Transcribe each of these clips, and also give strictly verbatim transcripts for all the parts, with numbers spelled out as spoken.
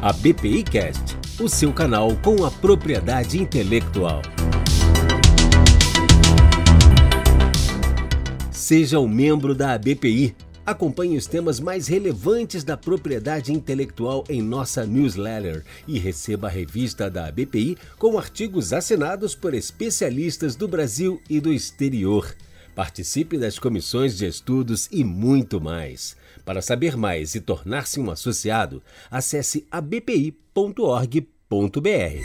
A B P I Cast, o seu canal com a propriedade intelectual. Seja um membro da A B P I. Acompanhe os temas mais relevantes da propriedade intelectual em nossa newsletter e receba a revista da A B P I com artigos assinados por especialistas do Brasil e do exterior. Participe das comissões de estudos e muito mais. Para saber mais e tornar-se um associado, acesse a b p i ponto org ponto b r.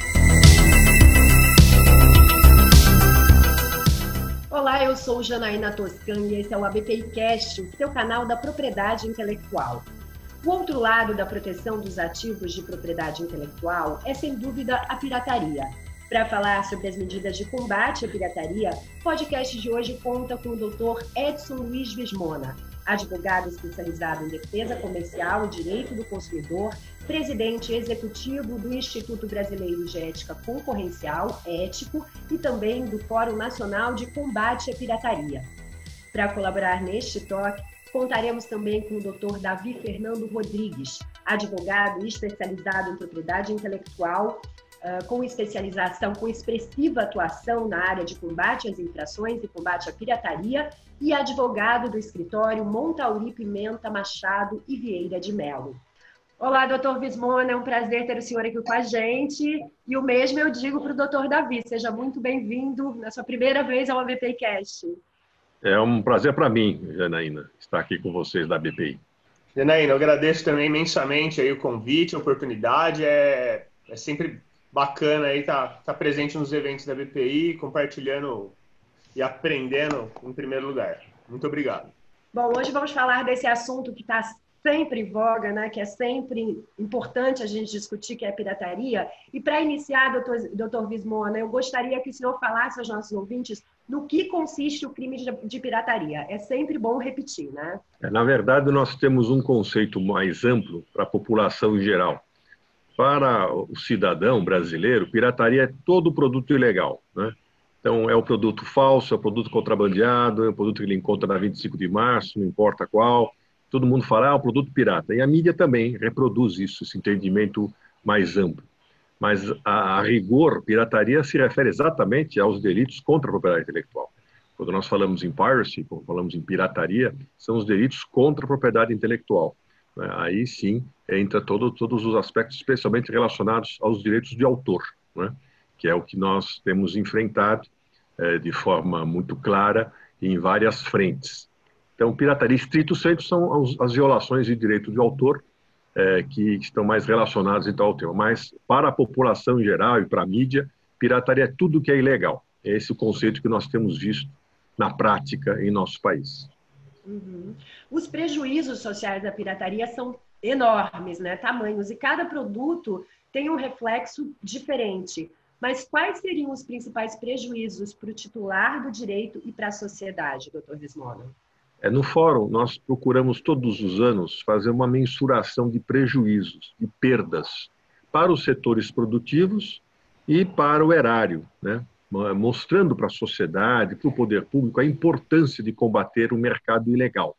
Olá, eu sou Janaína Toscan e esse é o A B P I Cast, o seu canal da propriedade intelectual. O outro lado da proteção dos ativos de propriedade intelectual é, sem dúvida, a pirataria. Para falar sobre as medidas de combate à pirataria, o podcast de hoje conta com o doutor Edson Luiz Vismona, advogado especializado em defesa comercial e direito do consumidor, presidente executivo do Instituto Brasileiro de Ética Concorrencial, Ético, e também do Fórum Nacional de Combate à Pirataria. Para colaborar neste toque, contaremos também com o doutor Davi Fernando Rodrigues, advogado especializado em propriedade intelectual, Uh, com especialização, com expressiva atuação na área de combate às infrações e combate à pirataria, e advogado do escritório Montauri Pimenta Machado e Vieira de Melo. Olá, doutor Vismona, é um prazer ter o senhor aqui com a gente, e o mesmo eu digo para o doutor Davi, seja muito bem-vindo na sua primeira vez ao A B P I Cast. É um prazer para mim, Janaína, estar aqui com vocês da A B P I. Janaína, eu agradeço também imensamente aí o convite, a oportunidade, é, é sempre bacana aí estar tá, tá presente nos eventos da B P I, compartilhando e aprendendo em primeiro lugar. Muito obrigado. Bom, hoje vamos falar desse assunto que está sempre em voga, né? Que é sempre importante a gente discutir, que é a pirataria. E para iniciar, doutor, doutor Vismona, eu gostaria que o senhor falasse aos nossos ouvintes no que consiste o crime de, de pirataria. É sempre bom repetir, né? É, na verdade, nós temos um conceito mais amplo para a população em geral. Para o cidadão brasileiro, pirataria é todo produto ilegal, né? Então, é o produto falso, é o produto contrabandeado, é o produto que ele encontra na vinte e cinco de março, não importa qual. Todo mundo fala, ah, é um produto pirata. E a mídia também reproduz isso, esse entendimento mais amplo. Mas, a, a rigor, pirataria se refere exatamente aos delitos contra a propriedade intelectual. Quando nós falamos em piracy, quando falamos em pirataria, são os delitos contra a propriedade intelectual. Aí sim entra todo, todos os aspectos, especialmente relacionados aos direitos de autor, né? Que é o que nós temos enfrentado é, de forma muito clara em várias frentes. Então, pirataria estrito sensu são as, as violações de direito de autor é, que estão mais relacionadas então, ao tema. Mas para a população em geral e para a mídia, pirataria é tudo que é ilegal. É esse o conceito que nós temos visto na prática em nosso país. Uhum. Os prejuízos sociais da pirataria são enormes, né? Tamanhos, e cada produto tem um reflexo diferente. Mas quais seriam os principais prejuízos para o titular do direito e para a sociedade, doutor Vismona? É, no fórum, nós procuramos todos os anos fazer uma mensuração de prejuízos, de perdas, para os setores produtivos e para o erário, né? Mostrando para a sociedade, para o poder público, a importância de combater o mercado ilegal.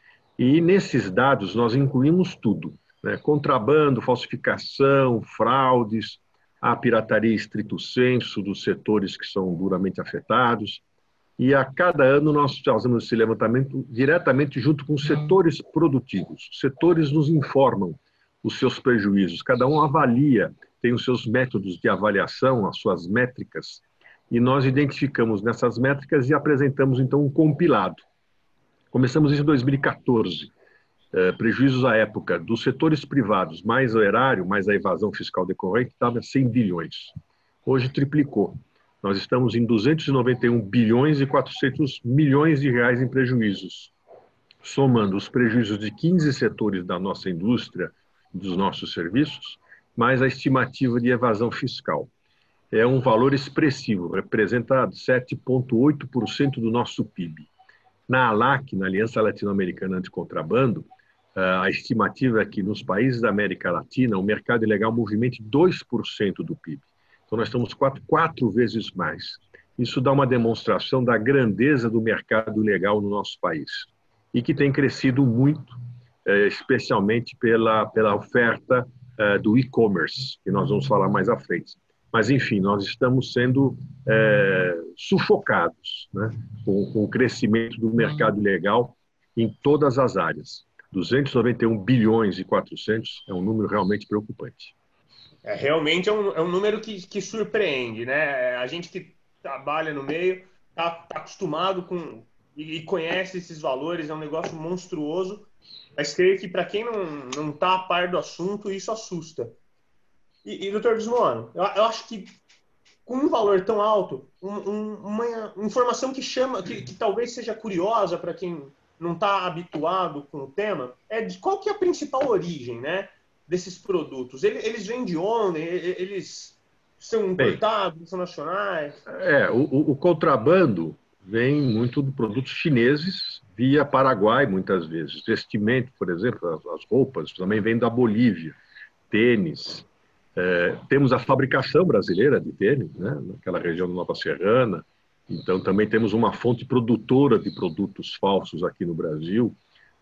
E nesses dados nós incluímos tudo, né? Contrabando, falsificação, fraudes, a pirataria estrito sensu dos setores que são duramente afetados. E a cada ano nós fazemos esse levantamento diretamente junto com os setores produtivos. Os setores nos informam os seus prejuízos, cada um avalia, tem os seus métodos de avaliação, as suas métricas, e nós identificamos nessas métricas e apresentamos, então, um compilado. Começamos isso em dois mil e quatorze. Eh, prejuízos à época dos setores privados, mais o erário, mais a evasão fiscal decorrente, estava cem bilhões. Hoje triplicou. Nós estamos em duzentos e noventa e um bilhões e quatrocentos milhões de reais em prejuízos. Somando os prejuízos de quinze setores da nossa indústria, dos nossos serviços, mais a estimativa de evasão fiscal. É um valor expressivo, representa sete vírgula oito por cento do nosso P I B. Na ALAC, na Aliança Latino-Americana Anticontrabando, a estimativa é que nos países da América Latina o mercado ilegal movimente dois por cento do P I B. Então nós estamos quatro, quatro vezes mais. Isso dá uma demonstração da grandeza do mercado ilegal no nosso país e que tem crescido muito, especialmente pela, pela oferta uh, do e-commerce, que nós vamos falar mais à frente. Mas, enfim, nós estamos sendo é, sufocados, né, com, com o crescimento do mercado ilegal em todas as áreas. duzentos e noventa e um bilhões e quatrocentos é um número realmente preocupante. É, realmente é um, é um número que, que surpreende, né? A gente que trabalha no meio está tá acostumado com e, e conhece esses valores, é um negócio monstruoso, mas creio que para quem não está a par do assunto, isso assusta. E, e doutor Vismano, eu, eu acho que com um valor tão alto, um, um, uma informação que chama, que, que talvez seja curiosa para quem não está habituado com o tema, é de qual que é a principal origem, né, desses produtos. Eles, eles vêm de onde? Eles são importados, Bem, são nacionais? É, o, o contrabando vem muito de produtos chineses via Paraguai, muitas vezes. Vestimento, por exemplo, as, as roupas também vêm da Bolívia, tênis. É, temos a fabricação brasileira de tênis, né, naquela região da Nova Serrana. Então, também temos uma fonte produtora de produtos falsos aqui no Brasil.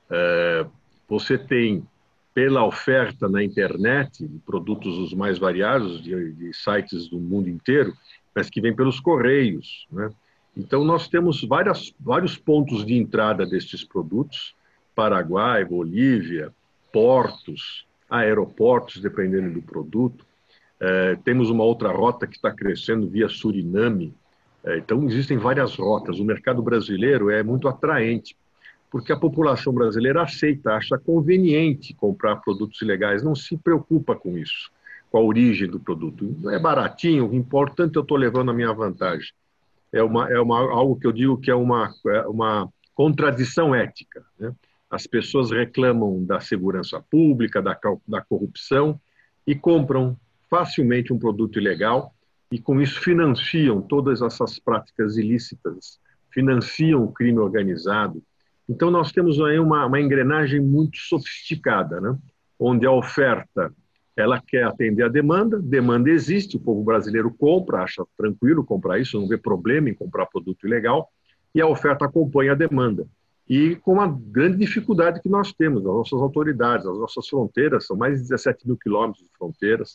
É, você tem, pela oferta na internet, de produtos os mais variados, de, de sites do mundo inteiro, mas que vêm pelos correios, né? Então, nós temos várias, vários pontos de entrada destes produtos, Paraguai, Bolívia, portos, aeroportos, dependendo do produto. É, temos uma outra rota que está crescendo via Suriname. É, então, existem várias rotas. O mercado brasileiro é muito atraente, porque a população brasileira aceita, acha conveniente comprar produtos ilegais, não se preocupa com isso, com a origem do produto. É baratinho, o importante eu estou levando a minha vantagem. É, uma, é uma, algo que eu digo que é uma, é uma contradição ética, né? As pessoas reclamam da segurança pública, da, da corrupção, e compram facilmente um produto ilegal, e com isso financiam todas essas práticas ilícitas, financiam o crime organizado. Então nós temos aí uma, uma engrenagem muito sofisticada, né? Onde a oferta ela quer atender a demanda, demanda existe, o povo brasileiro compra, acha tranquilo comprar isso, não vê problema em comprar produto ilegal, e a oferta acompanha a demanda. E com uma grande dificuldade que nós temos, as nossas autoridades, as nossas fronteiras, são mais de dezessete mil quilômetros de fronteiras,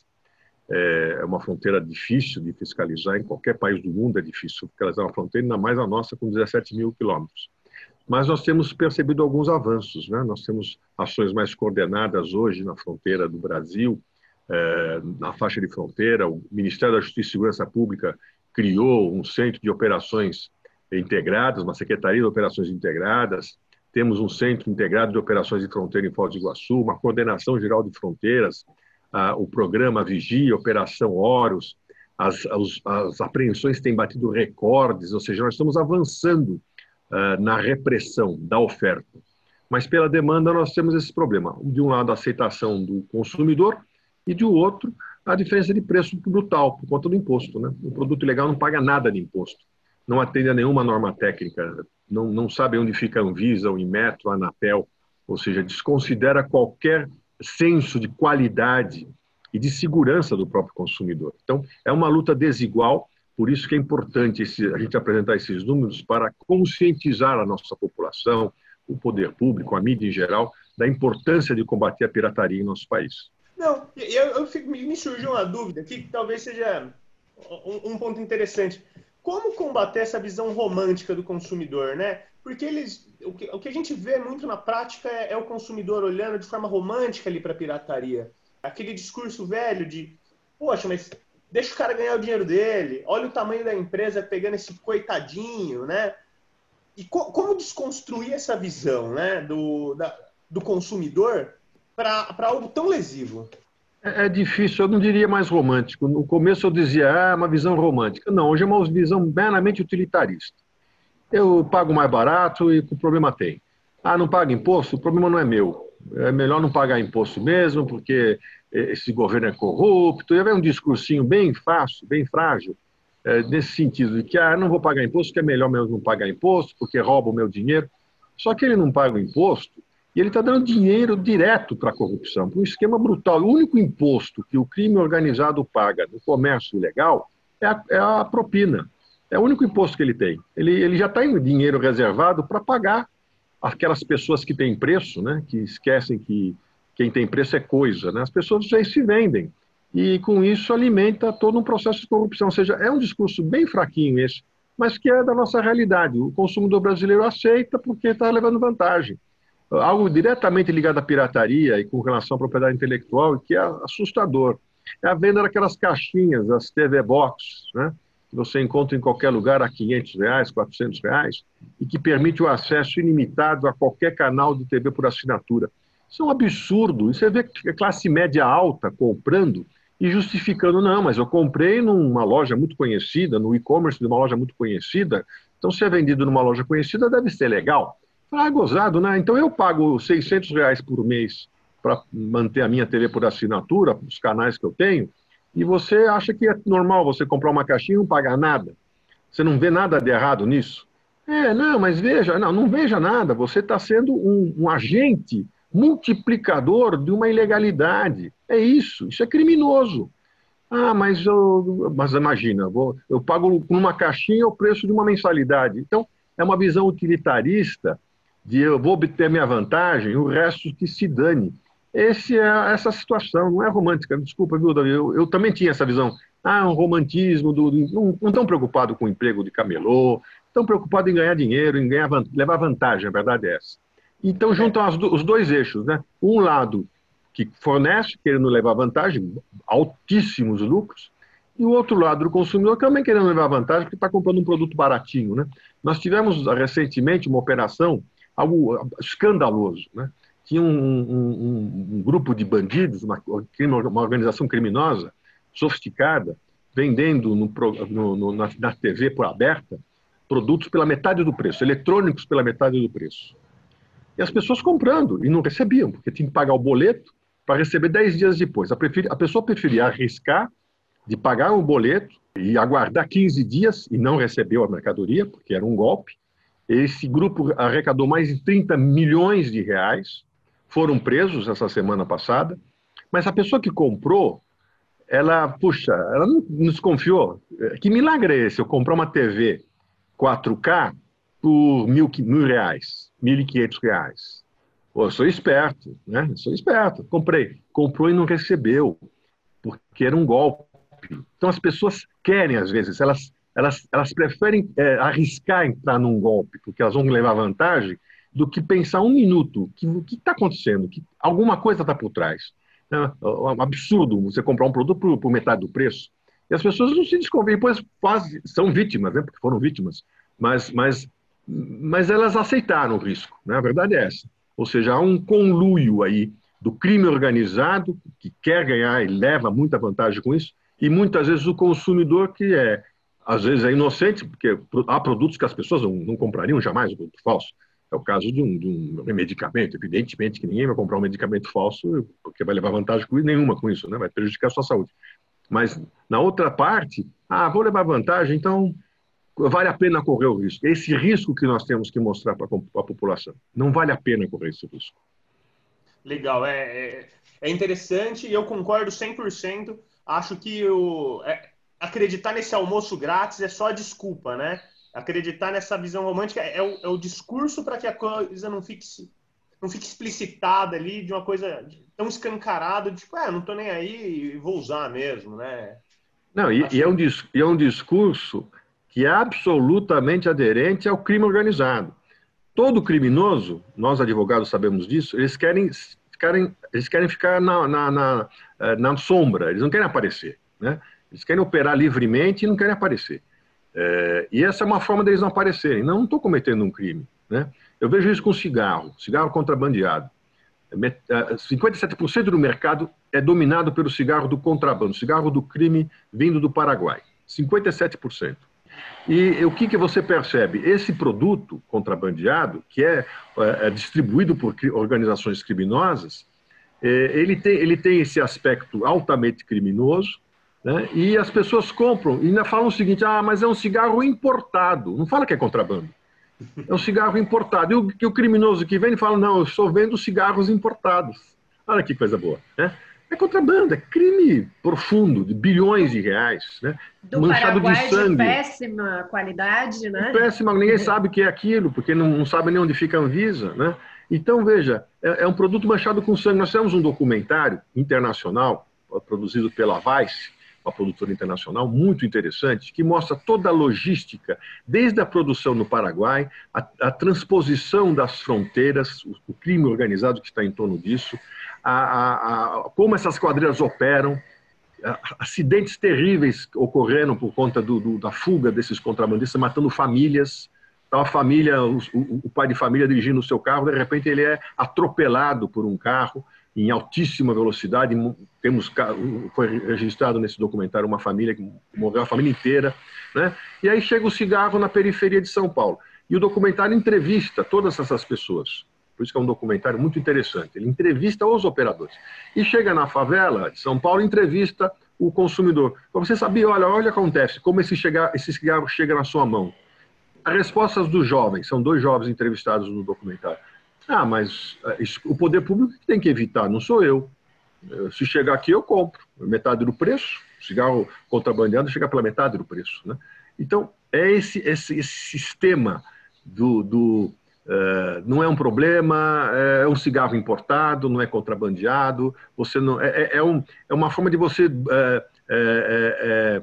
é uma fronteira difícil de fiscalizar, em qualquer país do mundo é difícil fiscalizar uma fronteira, ainda mais a nossa com dezessete mil quilômetros. Mas nós temos percebido alguns avanços, né? Nós temos ações mais coordenadas hoje na fronteira do Brasil, eh, na faixa de fronteira. O Ministério da Justiça e Segurança Pública criou um centro de operações integradas, uma secretaria de operações integradas. Temos um centro integrado de operações de fronteira em Foz do Iguaçu, uma coordenação geral de fronteiras, ah, o programa Vigia, Operação Horus. As, as, as apreensões têm batido recordes, ou seja, nós estamos avançando Uh, na repressão da oferta. Mas pela demanda nós temos esse problema. De um lado, a aceitação do consumidor e de outro, a diferença de preço brutal, por conta do imposto, né? O produto ilegal não paga nada de imposto, não atende a nenhuma norma técnica, não, não sabe onde fica a Anvisa, o Inmetro, a Anatel, ou seja, desconsidera qualquer senso de qualidade e de segurança do próprio consumidor. Então, é uma luta desigual. Por isso que é importante esse, a gente apresentar esses números para conscientizar a nossa população, o poder público, a mídia em geral, da importância de combater a pirataria em nosso país. Não, eu, eu fico, me surgiu uma dúvida aqui, que talvez seja um, um ponto interessante. Como combater essa visão romântica do consumidor, né? Porque eles, o, que, o que a gente vê muito na prática é, é o consumidor olhando de forma romântica ali para a pirataria. Aquele discurso velho de, poxa, mas deixa o cara ganhar o dinheiro dele, olha o tamanho da empresa pegando esse coitadinho, né? E co como desconstruir essa visão, né, do, da, do consumidor para algo tão lesivo? É, é difícil, eu não diria mais romântico. No começo eu dizia, ah, uma visão romântica. Não, hoje é uma visão meramente utilitarista. Eu pago mais barato e o problema tem. Ah, não paga imposto? O problema não é meu. É melhor não pagar imposto mesmo, porque esse governo é corrupto. E vem um discursinho bem fácil, bem frágil, é, nesse sentido de que ah, não vou pagar imposto, que é melhor mesmo não pagar imposto, porque rouba o meu dinheiro. Só que ele não paga o imposto e ele está dando dinheiro direto para a corrupção, para um esquema brutal. O único imposto que o crime organizado paga no comércio ilegal é a, é a propina. É o único imposto que ele tem. Ele, ele já está em dinheiro reservado para pagar aquelas pessoas que têm preço, né, que esquecem que, quem tem preço é coisa, né? As pessoas já se vendem. E, com isso, alimenta todo um processo de corrupção. Ou seja, é um discurso bem fraquinho esse, mas que é da nossa realidade. O consumidor brasileiro aceita porque está levando vantagem. Algo diretamente ligado à pirataria e com relação à propriedade intelectual, que é assustador. É a venda daquelas caixinhas, as T V Box, né? Que você encontra em qualquer lugar a quinhentos reais, quatrocentos reais, e que permite o acesso ilimitado a qualquer canal de T V por assinatura. Isso é um absurdo. E você vê que a classe média alta comprando e justificando, não, mas eu comprei numa loja muito conhecida, no e-commerce de uma loja muito conhecida, então se é vendido numa loja conhecida deve ser legal. Ah, gozado, né? Então eu pago seiscentos reais por mês para manter a minha T V por assinatura, os canais que eu tenho, e você acha que é normal você comprar uma caixinha e não pagar nada? Você não vê nada de errado nisso? É, não, mas veja, não, não veja nada, você está sendo um, um agente multiplicador de uma ilegalidade. É isso, isso é criminoso. Ah, mas, eu, mas imagina, vou, eu pago numa caixinha o preço de uma mensalidade. Então, é uma visão utilitarista de eu vou obter minha vantagem, o resto que se dane. Esse é essa situação, não é romântica. Desculpa, viu, Davi? Eu, eu também tinha essa visão. Ah, um romantismo, do, do, não, não tão preocupado com o emprego de camelô, tão preocupado em ganhar dinheiro, em ganhar, levar vantagem, a verdade é essa. Então, juntam as, os dois eixos, né? Um lado que fornece, querendo levar vantagem, altíssimos lucros, e o outro lado do consumidor também querendo levar vantagem, porque está comprando um produto baratinho, né? Nós tivemos recentemente uma operação, algo escandaloso, né? Tinha um, um, um, um grupo de bandidos, uma, uma organização criminosa, sofisticada, vendendo no, no, no, na, na T V por aberta, produtos pela metade do preço, eletrônicos pela metade do preço. E as pessoas comprando, e não recebiam, porque tinha que pagar o boleto para receber dez dias depois. A, preferi, a pessoa preferia arriscar de pagar o boleto e aguardar quinze dias e não recebeu a mercadoria, porque era um golpe. Esse grupo arrecadou mais de trinta milhões de reais, foram presos essa semana passada, mas a pessoa que comprou, ela, puxa, ela não desconfiou. Que milagre é esse? Eu comprar uma T V quatro K por mil, mil reais, mil e quinhentos reais. Pô, eu sou esperto, né? Eu sou esperto. Comprei. Comprou e não recebeu, porque era um golpe. Então as pessoas querem, às vezes, elas, elas, elas preferem é, arriscar entrar num golpe, porque elas vão levar vantagem, do que pensar um minuto, que, o que está acontecendo? Que alguma coisa está por trás. É um absurdo você comprar um produto por, por metade do preço. E as pessoas não se desconfiam, depois fazem, são vítimas, né? Porque foram vítimas, mas, mas, mas elas aceitaram o risco, né? A verdade é essa. Ou seja, há um conluio aí do crime organizado, que quer ganhar e leva muita vantagem com isso, e muitas vezes o consumidor que é, às vezes é inocente, porque há produtos que as pessoas não, não comprariam jamais, um produto falso. É o caso de um, de um medicamento. Evidentemente que ninguém vai comprar um medicamento falso porque vai levar vantagem com, nenhuma com isso, né? Vai prejudicar a sua saúde. Mas, na outra parte, ah, vou levar vantagem, então vale a pena correr o risco. É esse risco que nós temos que mostrar para a população. Não vale a pena correr esse risco. Legal, é, é, é interessante e eu concordo cem por cento. Acho que o, é, acreditar nesse almoço grátis é só a desculpa, né? Acreditar nessa visão romântica é o, é o discurso para que a coisa não fique, não fique explicitada ali de uma coisa tão escancarada, tipo, ah, não estou nem aí e vou usar mesmo, né? Não, e, e, é um, e é um discurso que é absolutamente aderente ao crime organizado. Todo criminoso, nós advogados sabemos disso, eles querem, ficarem, eles querem ficar na, na, na, na sombra, eles não querem aparecer, né? Eles querem operar livremente e não querem aparecer. É, e essa é uma forma deles não aparecerem. Não estou cometendo um crime, né? Eu vejo isso com cigarro, cigarro contrabandeado. cinquenta e sete por cento do mercado é dominado pelo cigarro do contrabando, cigarro do crime vindo do Paraguai. cinquenta e sete por cento. E o que, que você percebe? Esse produto contrabandeado, que é, é distribuído por organizações criminosas, é, ele, tem, ele tem esse aspecto altamente criminoso, né? E as pessoas compram e ainda falam o seguinte, ah, mas é um cigarro importado. Não fala que é contrabando. É um cigarro importado. E o, e o criminoso que vem fala, não, eu só vendo cigarros importados. Olha que coisa boa, né? É contrabando, é crime profundo, de bilhões de reais, né? Do Manchado Paraguai de sangue. De péssima qualidade, né? Péssima, ninguém sabe o que é aquilo, porque não, não sabe nem onde fica a Anvisa, né? Então, veja, é, é um produto manchado com sangue. Nós temos um documentário internacional, produzido pela Vice, uma produtora internacional, muito interessante, que mostra toda a logística, desde a produção no Paraguai, a, a transposição das fronteiras, o, o crime organizado que está em torno disso, a, a, a, como essas quadrilhas operam, a, acidentes terríveis ocorreram por conta do, do, da fuga desses contrabandistas, matando famílias. Então, a família, o, o pai de família dirigindo o seu carro, de repente ele é atropelado por um carro em altíssima velocidade. Temos, foi registrado nesse documentário uma família que morreu, a família inteira, né? E aí chega o cigarro na periferia de São Paulo. E o documentário entrevista todas essas pessoas. Por isso que é um documentário muito interessante. Ele entrevista os operadores. E chega na favela de São Paulo e entrevista o consumidor. Para você saber, olha, olha o que acontece, como esse, chegar, esse cigarro chega na sua mão. As respostas dos jovens, são dois jovens entrevistados no documentário. Ah, mas isso, o poder público tem que evitar, não sou eu. Se chegar aqui, eu compro. Metade do preço. O cigarro contrabandeado chega pela metade do preço, né? Então, é esse, esse, esse sistema do... do uh, não é um problema, é um cigarro importado, não é contrabandeado. Você não, é, é, um, é uma forma de você uh, é, é,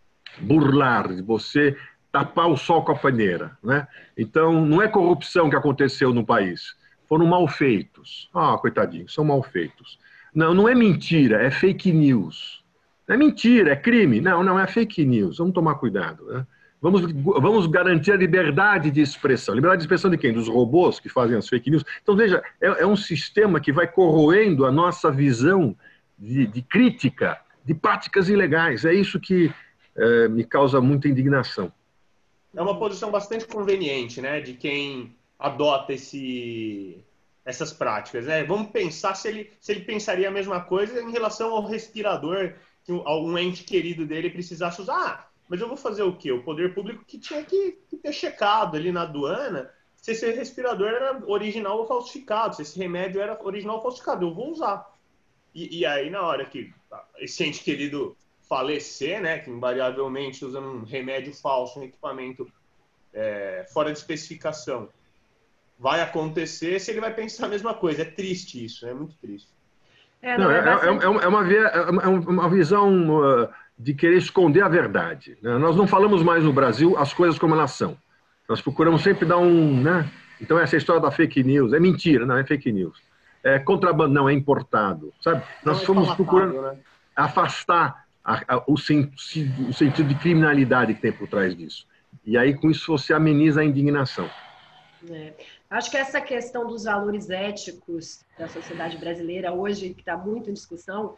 burlar, de você tapar o sol com a paneira, né? Então, não é corrupção que aconteceu no país. Foram mal feitos. Ah, coitadinho, são mal feitos. Não, não é mentira, é fake news. Não é mentira, é crime. Não, não é fake news. Vamos tomar cuidado, né? Vamos, vamos garantir a liberdade de expressão. Liberdade de expressão de quem? Dos robôs que fazem as fake news. Então, veja, é, é um sistema que vai corroendo a nossa visão de, de crítica de práticas ilegais. É isso que é, me causa muita indignação. É uma posição bastante conveniente, né, de quem adota esse, essas práticas. Né? Vamos pensar se ele, se ele pensaria a mesma coisa em relação ao respirador que um ente querido dele precisasse usar. Ah, mas eu vou fazer o quê? O poder público que tinha que, que ter checado ali na aduana se esse respirador era original ou falsificado, se esse remédio era original ou falsificado. Eu vou usar. E, e aí, na hora que esse ente querido falecer, né, que invariavelmente usando um remédio falso, um equipamento é, fora de especificação, vai acontecer, se ele vai pensar a mesma coisa. É triste isso, é muito triste. É, não, não, é, bastante... é, é, uma, é uma visão uh, de querer esconder a verdade, né? Nós não falamos mais no Brasil as coisas como elas são. Nós procuramos sempre dar um... Né? Então, essa história da fake news, é mentira, não é fake news. É contrabando, não, é importado. Sabe? Nós não, fomos é procurando, né, afastar A, a, o, sen, o sentido de criminalidade que tem por trás disso. E aí, com isso, você ameniza a indignação. É. Acho que essa questão dos valores éticos da sociedade brasileira hoje, que está muito em discussão,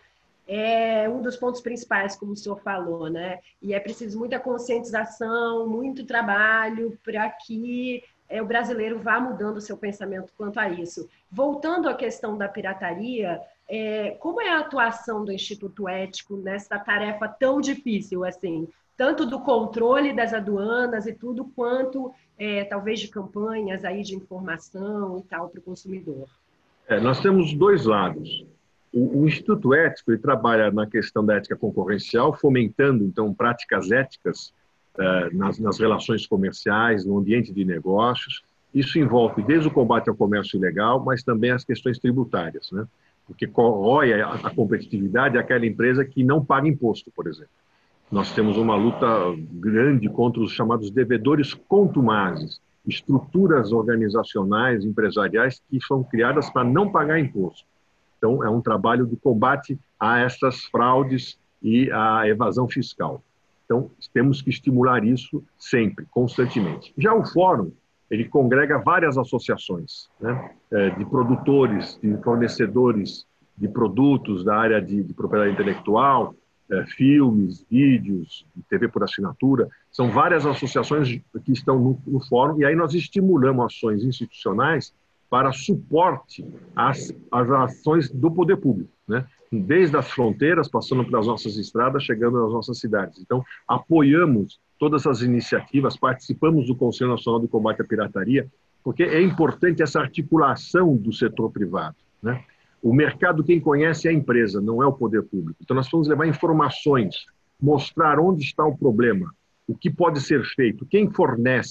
é um dos pontos principais, como o senhor falou, né? E é preciso muita conscientização, muito trabalho para que é, o brasileiro vá mudando o seu pensamento quanto a isso. Voltando à questão da pirataria, É, como é a atuação do Instituto Ético nessa tarefa tão difícil, assim, tanto do controle das aduanas e tudo, quanto é, talvez de campanhas aí de informação e tal para o consumidor? É, nós temos dois lados. O, o Instituto Ético ele trabalha na questão da ética concorrencial, fomentando então práticas éticas é, nas, nas relações comerciais, no ambiente de negócios. Isso envolve desde o combate ao comércio ilegal, mas também as questões tributárias, né? Porque corrói a, a competitividade daquela empresa que não paga imposto, por exemplo. Nós temos uma luta grande contra os chamados devedores contumazes, estruturas organizacionais, empresariais que são criadas para não pagar imposto. Então, é um trabalho de combate a essas fraudes e à evasão fiscal. Então, temos que estimular isso sempre, constantemente. Já o Fórum, ele congrega várias associações, né, de produtores, de fornecedores de produtos da área de, de propriedade intelectual, é, filmes, vídeos, T V por assinatura. São várias associações que estão no, no fórum, e aí nós estimulamos ações institucionais para suporte às, às ações do poder público, né? Desde as fronteiras, passando pelas nossas estradas, chegando nas nossas cidades. Então, apoiamos todas as iniciativas, participamos do Conselho Nacional de Combate à Pirataria, porque é importante essa articulação do setor privado, né? O mercado, quem conhece, é a empresa, não é o poder público. Então, nós vamos levar informações, mostrar onde está o problema, o que pode ser feito, quem fornece,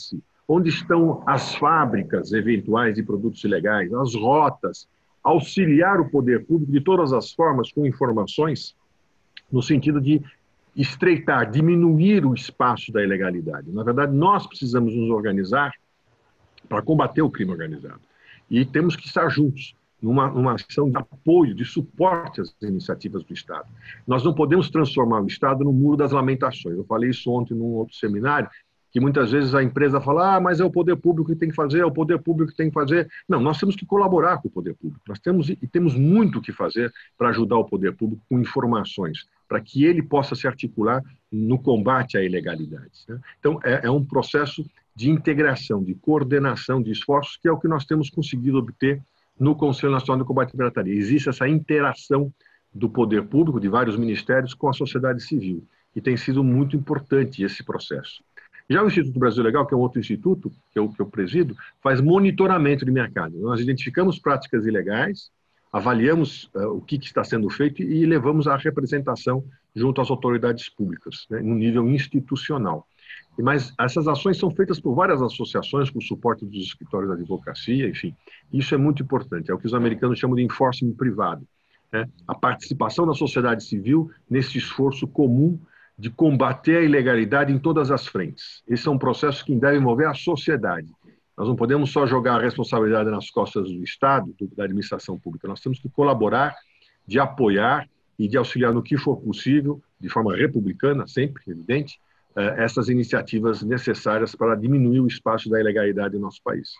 onde estão as fábricas eventuais de produtos ilegais, as rotas, auxiliar o poder público de todas as formas com informações, no sentido de estreitar, diminuir o espaço da ilegalidade. Na verdade, nós precisamos nos organizar para combater o crime organizado. E temos que estar juntos, numa, numa ação de apoio, de suporte às iniciativas do Estado. Nós não podemos transformar o Estado no muro das lamentações. Eu falei isso ontem num outro seminário, que muitas vezes a empresa fala, ah, mas é o poder público que tem que fazer, é o poder público que tem que fazer. Não, nós temos que colaborar com o poder público. Nós temos, e temos muito o que fazer para ajudar o poder público com informações, para que ele possa se articular no combate à ilegalidade. Né? Então, é, é um processo de integração, de coordenação de esforços, que é o que nós temos conseguido obter no Conselho Nacional de Combate à Pirataria. Existe essa interação do poder público, de vários ministérios, com a sociedade civil. E tem sido muito importante esse processo. Já o Instituto Brasil Legal, que é um outro instituto que eu, que eu presido, faz monitoramento de mercado. Nós identificamos práticas ilegais, avaliamos uh, o que, que está sendo feito e levamos a representação junto às autoridades públicas, né, no nível institucional. Mas essas ações são feitas por várias associações, com o suporte dos escritórios da advocacia, enfim. Isso é muito importante, é o que os americanos chamam de enforcement privado, né? A participação da sociedade civil nesse esforço comum de combater a ilegalidade em todas as frentes. Esse é um processo que deve envolver a sociedade. Nós não podemos só jogar a responsabilidade nas costas do Estado, da administração pública. Nós temos que colaborar, de apoiar e de auxiliar no que for possível, de forma republicana, sempre, evidente, essas iniciativas necessárias para diminuir o espaço da ilegalidade no nosso país.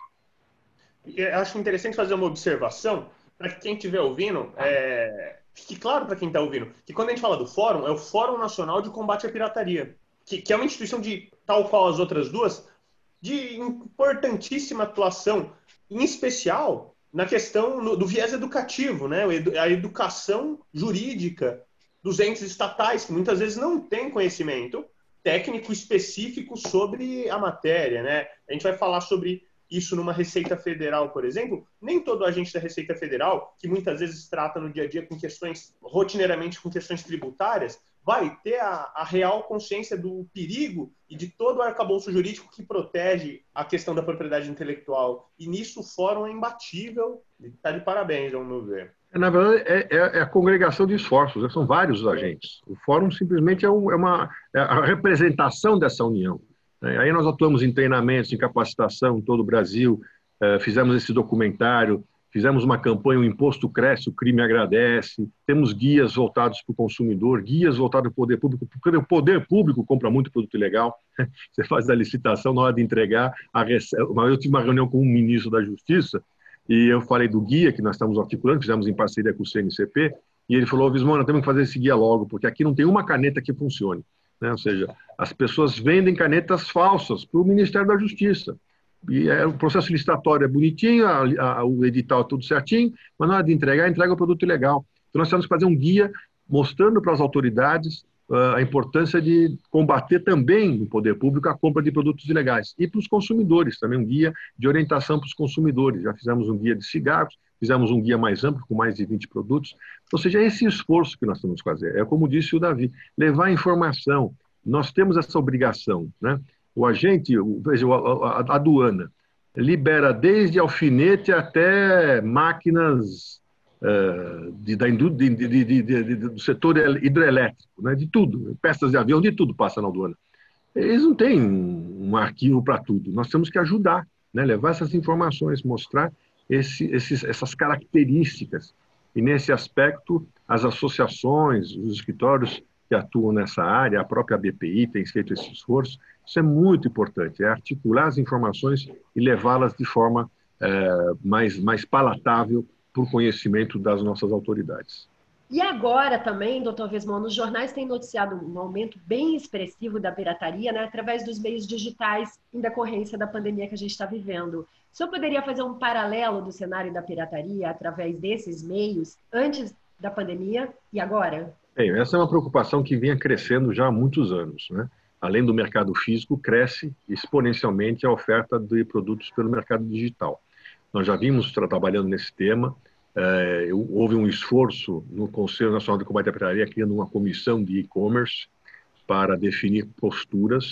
Eu acho interessante fazer uma observação, para quem estiver ouvindo, é... fique claro para quem está ouvindo, que quando a gente fala do Fórum, é o Fórum Nacional de Combate à Pirataria, que, que é uma instituição de, tal qual as outras duas, de importantíssima atuação, em especial na questão no, do viés educativo, né? A educação jurídica dos entes estatais, que muitas vezes não têm conhecimento técnico específico sobre a matéria, né? A gente vai falar sobre isso numa Receita Federal, por exemplo. Nem todo agente da Receita Federal, que muitas vezes trata no dia a dia com questões, rotineiramente com questões tributárias, vai ter a, a real consciência do perigo e de todo o arcabouço jurídico que protege a questão da propriedade intelectual. E nisso o Fórum é imbatível. Está de parabéns, ao meu ver. Na verdade, é, é a congregação de esforços, né? São vários os agentes. O Fórum simplesmente é, um, é, uma, é a representação dessa união. Né? Aí nós atuamos em treinamentos, em capacitação em todo o Brasil, é, fizemos esse documentário, fizemos uma campanha, o imposto cresce, o crime agradece, temos guias voltados para o consumidor, guias voltados para o poder público, porque o poder público compra muito produto ilegal. Você faz a licitação, na hora de entregar, a rece... eu tive uma reunião com um ministro da Justiça, e eu falei do guia que nós estamos articulando, fizemos em parceria com o C N C P, e ele falou, Vismona, temos que fazer esse guia logo, porque aqui não tem uma caneta que funcione. Né? Ou seja, as pessoas vendem canetas falsas para o Ministério da Justiça. E é, o processo licitatório é bonitinho, a, a, o edital é tudo certinho, mas na hora de entregar, entrega o produto ilegal. Então nós temos que fazer um guia mostrando para as autoridades uh, a importância de combater também no poder público a compra de produtos ilegais. E para os consumidores, também um guia de orientação para os consumidores. Já fizemos um guia de cigarros, fizemos um guia mais amplo, com mais de vinte produtos. Ou seja, é esse esforço que nós temos que fazer. É como disse o Davi, levar informação. Nós temos essa obrigação, né? O agente, veja, a, a aduana, libera desde alfinete até máquinas uh, de, da indú de, de, de, de, do setor hidrelétrico, né, de tudo, peças de avião, de tudo passa na aduana. Eles não têm um, um arquivo para tudo, nós temos que ajudar, né, levar essas informações, mostrar esse, esses, essas características. E nesse aspecto, as associações, os escritórios que atuam nessa área, a própria B P I tem feito esse esforço. Isso é muito importante, é articular as informações e levá-las de forma é, mais, mais palatável para o conhecimento das nossas autoridades. E agora também, doutor Vismona, os jornais têm noticiado um aumento bem expressivo da pirataria, né, através dos meios digitais em decorrência da pandemia que a gente está vivendo. O senhor poderia fazer um paralelo do cenário da pirataria através desses meios antes da pandemia e agora? Bem, essa é uma preocupação que vinha crescendo já há muitos anos, né? Além do mercado físico, cresce exponencialmente a oferta de produtos pelo mercado digital. Nós já vimos trabalhando nesse tema, é, houve um esforço no Conselho Nacional de Combate à Pirataria, criando uma comissão de e-commerce para definir posturas.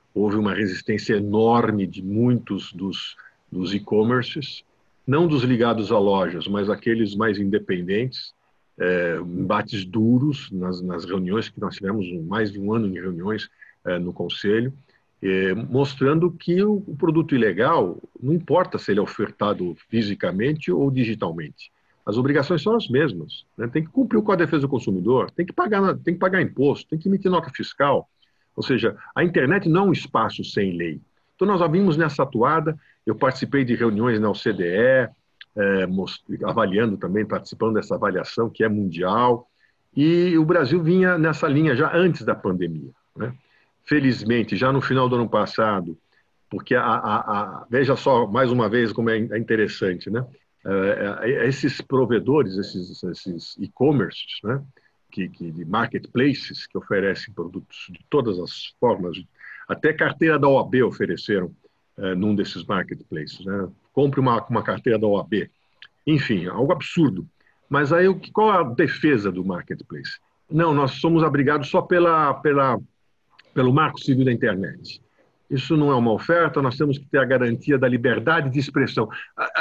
houve uma resistência enorme de muitos dos, dos e-commerces, não dos ligados a lojas, mas aqueles mais independentes, é, embates duros nas, nas reuniões, que nós tivemos mais de um ano de reuniões é, no Conselho, é, mostrando que o, o produto ilegal, não importa se ele é ofertado fisicamente ou digitalmente, as obrigações são as mesmas, né? Tem que cumprir com a defesa do consumidor, tem que pagar, tem que pagar imposto, tem que emitir nota fiscal, ou seja, a internet não é um espaço sem lei. Então nós vimos nessa atuada, eu participei de reuniões na O C D E, é, avaliando também, participando dessa avaliação que é mundial, e o Brasil vinha nessa linha já antes da pandemia, né? Felizmente, já no final do ano passado, porque a, a, a, veja só, mais uma vez, como é interessante, né? É, esses provedores, esses, esses e-commerces, né? que, que, de marketplaces que oferecem produtos de todas as formas, até carteira da O A B ofereceram é, num desses marketplaces, né? Compre uma, uma carteira da O A B. Enfim, algo absurdo. Mas aí, qual a defesa do marketplace? Não, nós somos abrigados só pela, pela, pelo marco civil da internet. Isso não é uma oferta, nós temos que ter a garantia da liberdade de expressão.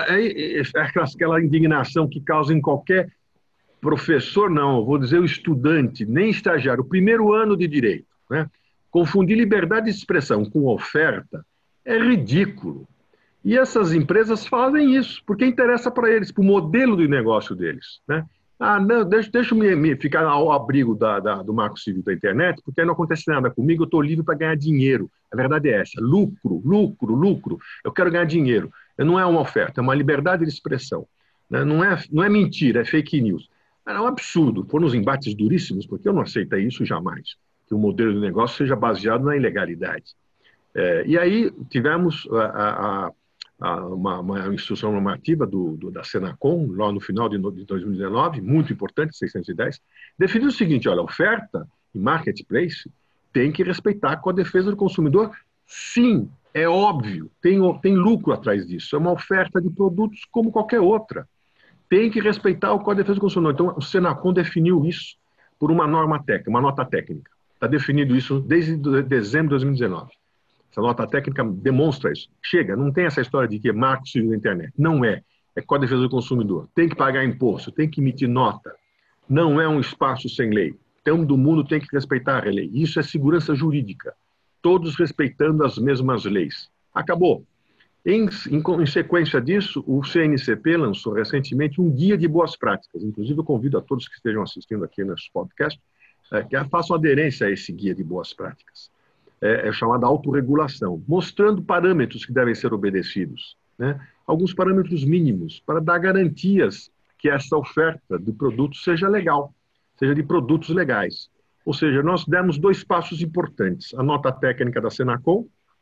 É aquela indignação que causa em qualquer professor, não, vou dizer o estudante, nem estagiário, o primeiro ano de direito, né? Confundir liberdade de expressão com oferta é ridículo. E essas empresas fazem isso, porque interessa para eles, para o modelo de negócio deles, né? Ah, não, deixa, deixa eu me, me ficar ao abrigo da, da, do marco civil da internet, porque aí não acontece nada comigo, eu estou livre para ganhar dinheiro. A verdade é essa, lucro, lucro, lucro, eu quero ganhar dinheiro. Não é uma oferta, é uma liberdade de expressão, né? Não é, não é mentira, é fake news. É um absurdo, foram uns embates duríssimos, porque eu não aceito isso jamais, que o modelo de negócio seja baseado na ilegalidade. É, e aí tivemos a, a, a, uma, uma instrução normativa do, do, da Senacom, lá no final de, de dois mil e dezenove, muito importante, seiscentos e dez, definiu o seguinte, olha, oferta e marketplace tem que respeitar com a defesa do consumidor. Sim, é óbvio, tem, tem lucro atrás disso, é uma oferta de produtos como qualquer outra. Tem que respeitar o Código de Defesa do Consumidor. Então, o Senacom definiu isso por uma norma técnica, uma nota técnica. Está definido isso desde dezembro de dois mil e dezenove. Essa nota técnica demonstra isso. Chega, não tem essa história de que é marco civil da internet. Não é. É Código de Defesa do Consumidor. Tem que pagar imposto, tem que emitir nota. Não é um espaço sem lei. Todo mundo tem que respeitar a lei. Isso é segurança jurídica. Todos respeitando as mesmas leis. Acabou. Em, em, em sequência disso, o C N C P lançou recentemente um guia de boas práticas. Inclusive, eu convido a todos que estejam assistindo aqui nesse podcast é, que façam aderência a esse guia de boas práticas. É, é chamada autorregulação, mostrando parâmetros que devem ser obedecidos, né? Alguns parâmetros mínimos para dar garantias que essa oferta de produtos seja legal, seja de produtos legais. Ou seja, nós demos dois passos importantes, a nota técnica da Senacom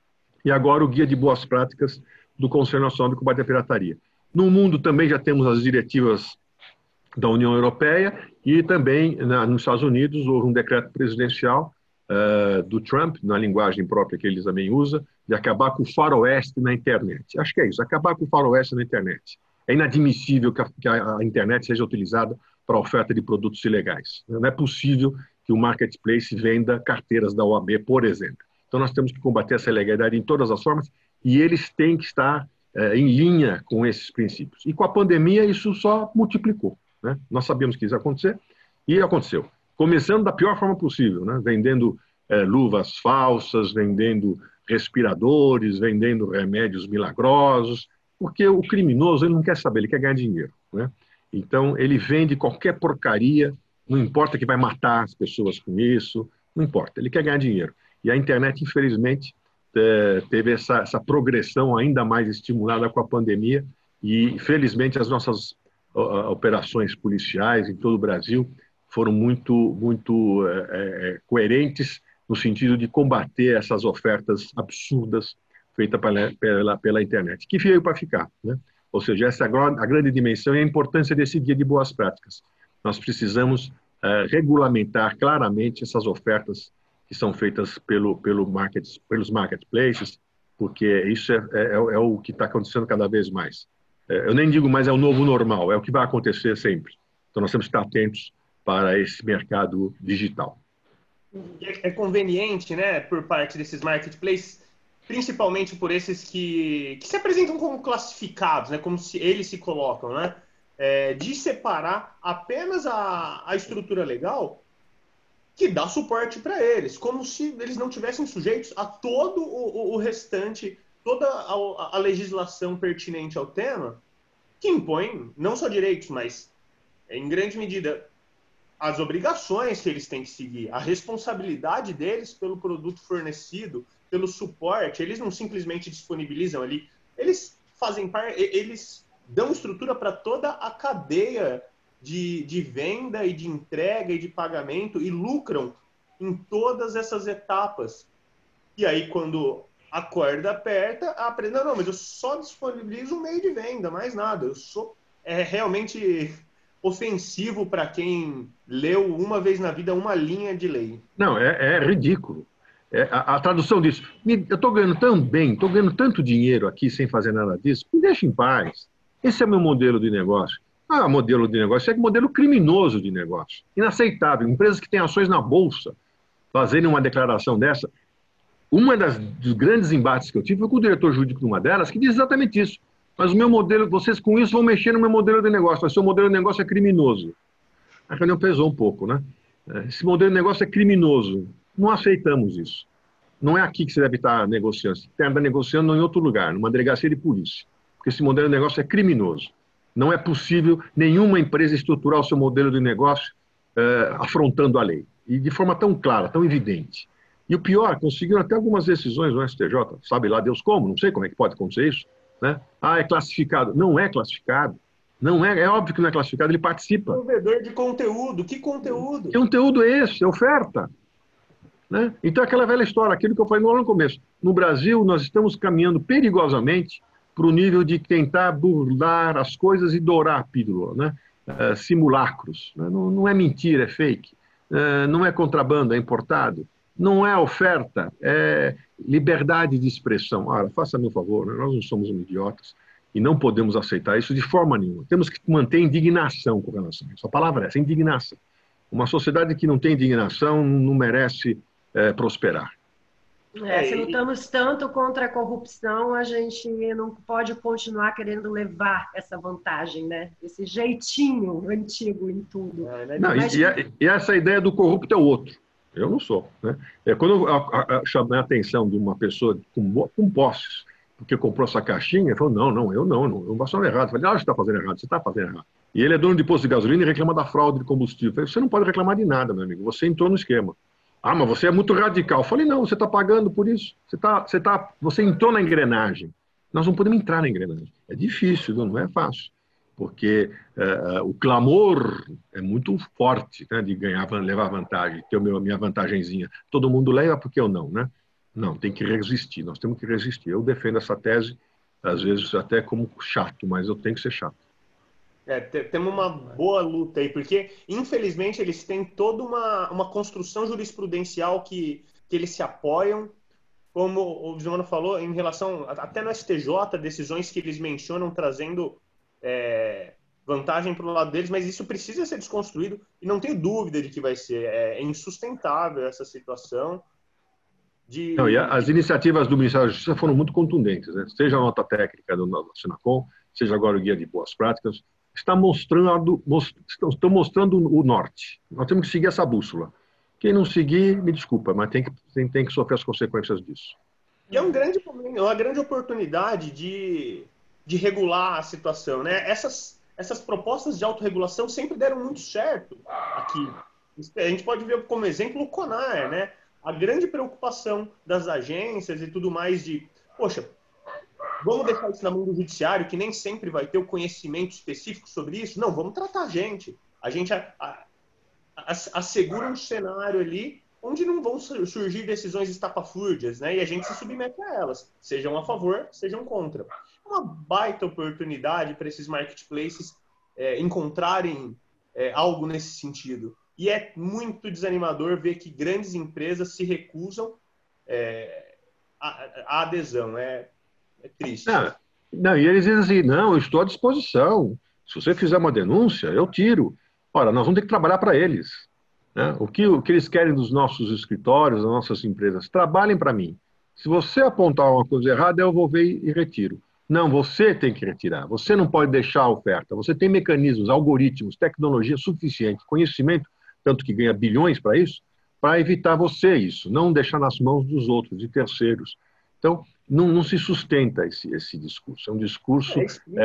e agora o Guia de Boas Práticas do Conselho Nacional de Combate à Pirataria. No mundo também já temos as diretivas da União Europeia e também na, nos Estados Unidos houve um decreto presidencial uh, do Trump, na linguagem própria que ele também usa, de acabar com o faroeste na internet. Acho que é isso, acabar com o faroeste na internet. É inadmissível que a, que a internet seja utilizada para a oferta de produtos ilegais. Não é possível que o marketplace venda carteiras da O A B, por exemplo. Então, nós temos que combater essa ilegalidade em todas as formas e eles têm que estar é, em linha com esses princípios. E com a pandemia, isso só multiplicou, né? Nós sabíamos que isso ia acontecer e aconteceu. Começando da pior forma possível, né? Vendendo é, luvas falsas, vendendo respiradores, vendendo remédios milagrosos, porque o criminoso ele não quer saber, ele quer ganhar dinheiro, né? Então, ele vende qualquer porcaria, não importa que vai matar as pessoas com isso, não importa, ele quer ganhar dinheiro. E a internet, infelizmente, teve essa, essa progressão ainda mais estimulada com a pandemia e, felizmente, as nossas operações policiais em todo o Brasil foram muito, muito é, coerentes no sentido de combater essas ofertas absurdas feitas pela, pela, pela internet, que veio para ficar, né? Ou seja, essa é a grande dimensão e a importância desse guia de boas práticas. Nós precisamos é, regulamentar claramente essas ofertas que são feitas pelo, pelo market, pelos marketplaces, porque isso é, é, é o que está acontecendo cada vez mais. É, eu nem digo mais é o novo normal, é o que vai acontecer sempre. Então nós temos que estar atentos para esse mercado digital. é, é conveniente, né, por parte desses marketplaces, principalmente por esses que, que se apresentam como classificados, né, como se eles se colocam, né, é, de separar apenas a, a estrutura legal que dá suporte para eles, como se eles não tivessem sujeitos a todo o, o restante, toda a, a legislação pertinente ao tema, que impõe não só direitos, mas, em grande medida, as obrigações que eles têm que seguir, a responsabilidade deles pelo produto fornecido, pelo suporte. Eles não simplesmente disponibilizam ali, eles fazem parte, eles dão estrutura para toda a cadeia de, de venda e de entrega e de pagamento e lucram em todas essas etapas. E aí, quando a corda aperta, aprende, não, não, mas eu só disponibilizo um meio de venda, mais nada. Eu sou é, realmente ofensivo para quem leu uma vez na vida uma linha de lei. Não, é, é ridículo. É, a, a tradução disso, me, eu estou ganhando tão bem, estou ganhando tanto dinheiro aqui sem fazer nada disso, me deixa em paz. Esse é o meu modelo de negócio. Ah, modelo de negócio, é um modelo criminoso de negócio. Inaceitável. Empresas que têm ações na Bolsa fazerem uma declaração dessa. Uma das, dos grandes embates que eu tive foi com o diretor jurídico de uma delas, que diz exatamente isso. Mas o meu modelo, vocês com isso vão mexer no meu modelo de negócio, mas o seu modelo de negócio é criminoso. A reunião pesou um pouco, né? Esse modelo de negócio é criminoso. Não aceitamos isso. Não é aqui que você deve estar negociando. Você deve estar negociando em outro lugar, numa delegacia de polícia. Porque esse modelo de negócio é criminoso. Não é possível nenhuma empresa estruturar o seu modelo de negócio eh, afrontando a lei. E de forma tão clara, tão evidente. E o pior, conseguiram até algumas decisões no S T J, sabe lá Deus como, não sei como é que pode acontecer isso, né? Ah, é classificado. Não é classificado. Não é, é óbvio que não é classificado, ele participa. Provedor de conteúdo, que conteúdo? Que conteúdo é esse? É oferta. Né? Então, aquela velha história, aquilo que eu falei no começo. No Brasil, nós estamos caminhando perigosamente para o nível de tentar burlar as coisas e dourar a pílula, né? Uh, simulacros. Né? Não, não é mentira, é fake. Uh, não é contrabando, é importado. Não é oferta, é liberdade de expressão. Ora, faça-me um favor, né? Nós não somos idiotas e não podemos aceitar isso de forma nenhuma. Temos que manter indignação com relação a isso. A palavra é essa, indignação. Uma sociedade que não tem indignação não merece é, prosperar. É, se lutamos tanto contra a corrupção, a gente não pode continuar querendo levar essa vantagem, né? Esse jeitinho antigo em tudo. Não, Mas... e, e, e essa ideia do corrupto é o outro. Eu não sou. Né? É, quando eu a, a, a, chamei a atenção de uma pessoa com, com posses, porque comprou essa caixinha, ele falou, não, não, eu não, não eu faço errado. Eu falei, ah, você está fazendo errado, você está fazendo errado. E ele é dono de posto de gasolina e reclama da fraude de combustível. Eu falei, você não pode reclamar de nada, meu amigo, você entrou no esquema. Ah, mas você é muito radical. Eu falei, não, você está pagando por isso. Você, tá, você, tá, você entrou na engrenagem. Nós não podemos entrar na engrenagem. É difícil, não é fácil. Porque uh, o clamor é muito forte, né, de ganhar, levar vantagem, ter a minha vantagenzinha. Todo mundo leva, por que eu não, né? Não, tem que resistir, nós temos que resistir. Eu defendo essa tese, às vezes até como chato, mas eu tenho que ser chato. É, temos uma boa luta aí, porque, infelizmente, eles têm toda uma, uma construção jurisprudencial que, que eles se apoiam, como o Gilmano falou, em relação, até no S T J, decisões que eles mencionam trazendo é, vantagem para o lado deles, mas isso precisa ser desconstruído, e não tenho dúvida de que vai ser. É, é insustentável essa situação. De... Não, e as iniciativas do Ministério da Justiça foram muito contundentes, né? Seja a nota técnica do Senacom, seja agora o guia de boas práticas, está mostrando, most, estão mostrando o norte. Nós temos que seguir essa bússola. Quem não seguir, me desculpa, mas tem que, tem, tem que sofrer as consequências disso. E é um grande, uma grande oportunidade de, de regular a situação, né? Essas, essas propostas de autorregulação sempre deram muito certo aqui. A gente pode ver como exemplo o CONAR, né? A grande preocupação das agências e tudo mais de, poxa, vamos deixar isso na mão do judiciário, que nem sempre vai ter o conhecimento específico sobre isso? Não, vamos tratar a gente. A gente a, a, a, assegura um cenário ali onde não vão surgir decisões estapafúrdias, né? E a gente se submete a elas, sejam a favor, sejam contra. Uma baita oportunidade para esses marketplaces é, encontrarem é, algo nesse sentido. E é muito desanimador ver que grandes empresas se recusam é, à adesão. É, é triste. Não, não, e eles dizem assim, não, eu estou à disposição. Se você fizer uma denúncia, eu tiro. Ora, nós vamos ter que trabalhar para eles. Né? O, que, o que eles querem dos nossos escritórios, das nossas empresas? Trabalhem para mim. Se você apontar uma coisa errada, eu vou ver e retiro. Não, você tem que retirar. Você não pode deixar a oferta. Você tem mecanismos, algoritmos, tecnologia suficiente, conhecimento, tanto que ganha bilhões para isso, para evitar você isso, não deixar nas mãos dos outros, de terceiros. Então, não, não se sustenta esse, esse discurso. É um discurso...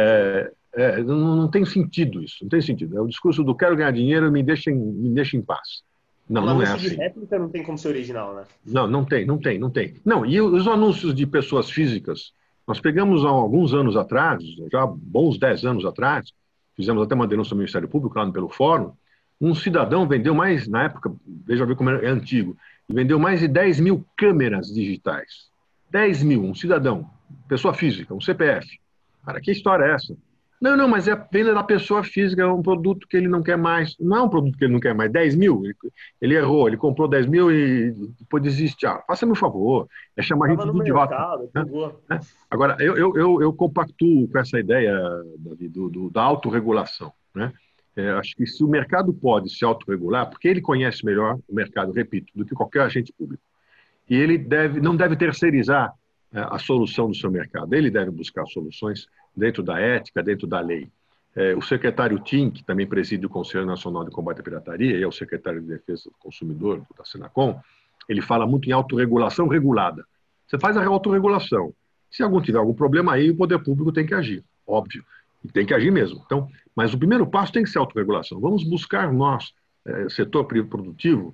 É, é, não, não tem sentido isso, não tem sentido. É o discurso do quero ganhar dinheiro e me deixa em, me deixa em paz. Não, não é assim. De réplica não tem como ser original, né? Não, não tem, não tem, não tem. Não, e os anúncios de pessoas físicas, nós pegamos há alguns anos atrás, já bons dez anos atrás, fizemos até uma denúncia no Ministério Público, lá pelo Fórum, um cidadão vendeu mais, na época, veja ver como é antigo, vendeu mais de dez mil câmeras digitais. dez mil, um cidadão, pessoa física, um C P F. Cara, que história é essa? Não, não, mas é a venda da pessoa física, é um produto que ele não quer mais. Não é um produto que ele não quer mais, dez mil. Ele, ele errou, ele comprou dez mil e depois desiste. Ah, faça-me um favor, é chamar a gente de idiota. Né? Né? Agora, eu, eu, eu, eu compactuo com essa ideia, Davi, do, do, da autorregulação. Né? É, acho que se o mercado pode se autorregular, porque ele conhece melhor o mercado, repito, do que qualquer agente público, e ele deve, não deve terceirizar a solução do seu mercado. Ele deve buscar soluções dentro da ética, dentro da lei. É, o secretário Tim, que também preside o Conselho Nacional de Combate à Pirataria, e é o secretário de Defesa do Consumidor, da Senacom, ele fala muito em autorregulação regulada. Você faz a autorregulação. Se algum tiver algum problema aí, o poder público tem que agir, óbvio. E tem que agir mesmo. Então, mas o primeiro passo tem que ser a autorregulação. Vamos buscar nós, é, setor produtivo,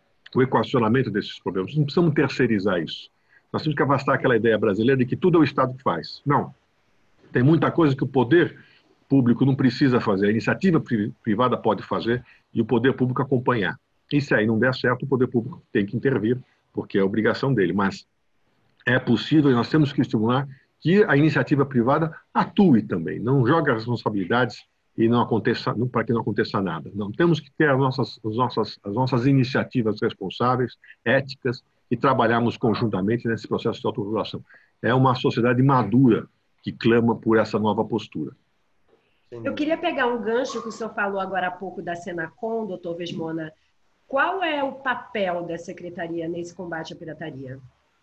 o equacionamento desses problemas. Não precisamos terceirizar isso. Nós temos que afastar aquela ideia brasileira de que tudo é o Estado que faz. Não. Tem muita coisa que o poder público não precisa fazer. A iniciativa privada pode fazer e o poder público acompanhar. E se aí não der certo, o poder público tem que intervir, porque é obrigação dele. Mas é possível e nós temos que estimular que a iniciativa privada atue também. Não jogue as responsabilidades e não aconteça, para que não aconteça nada. Não, temos que ter as nossas, as nossas, as nossas iniciativas responsáveis, éticas, e trabalharmos conjuntamente nesse processo de autorregulação. É uma sociedade madura que clama por essa nova postura. Eu queria pegar um gancho que o senhor falou agora há pouco da Senacom, doutor Wesmona. Qual é o papel da Secretaria nesse combate à pirataria?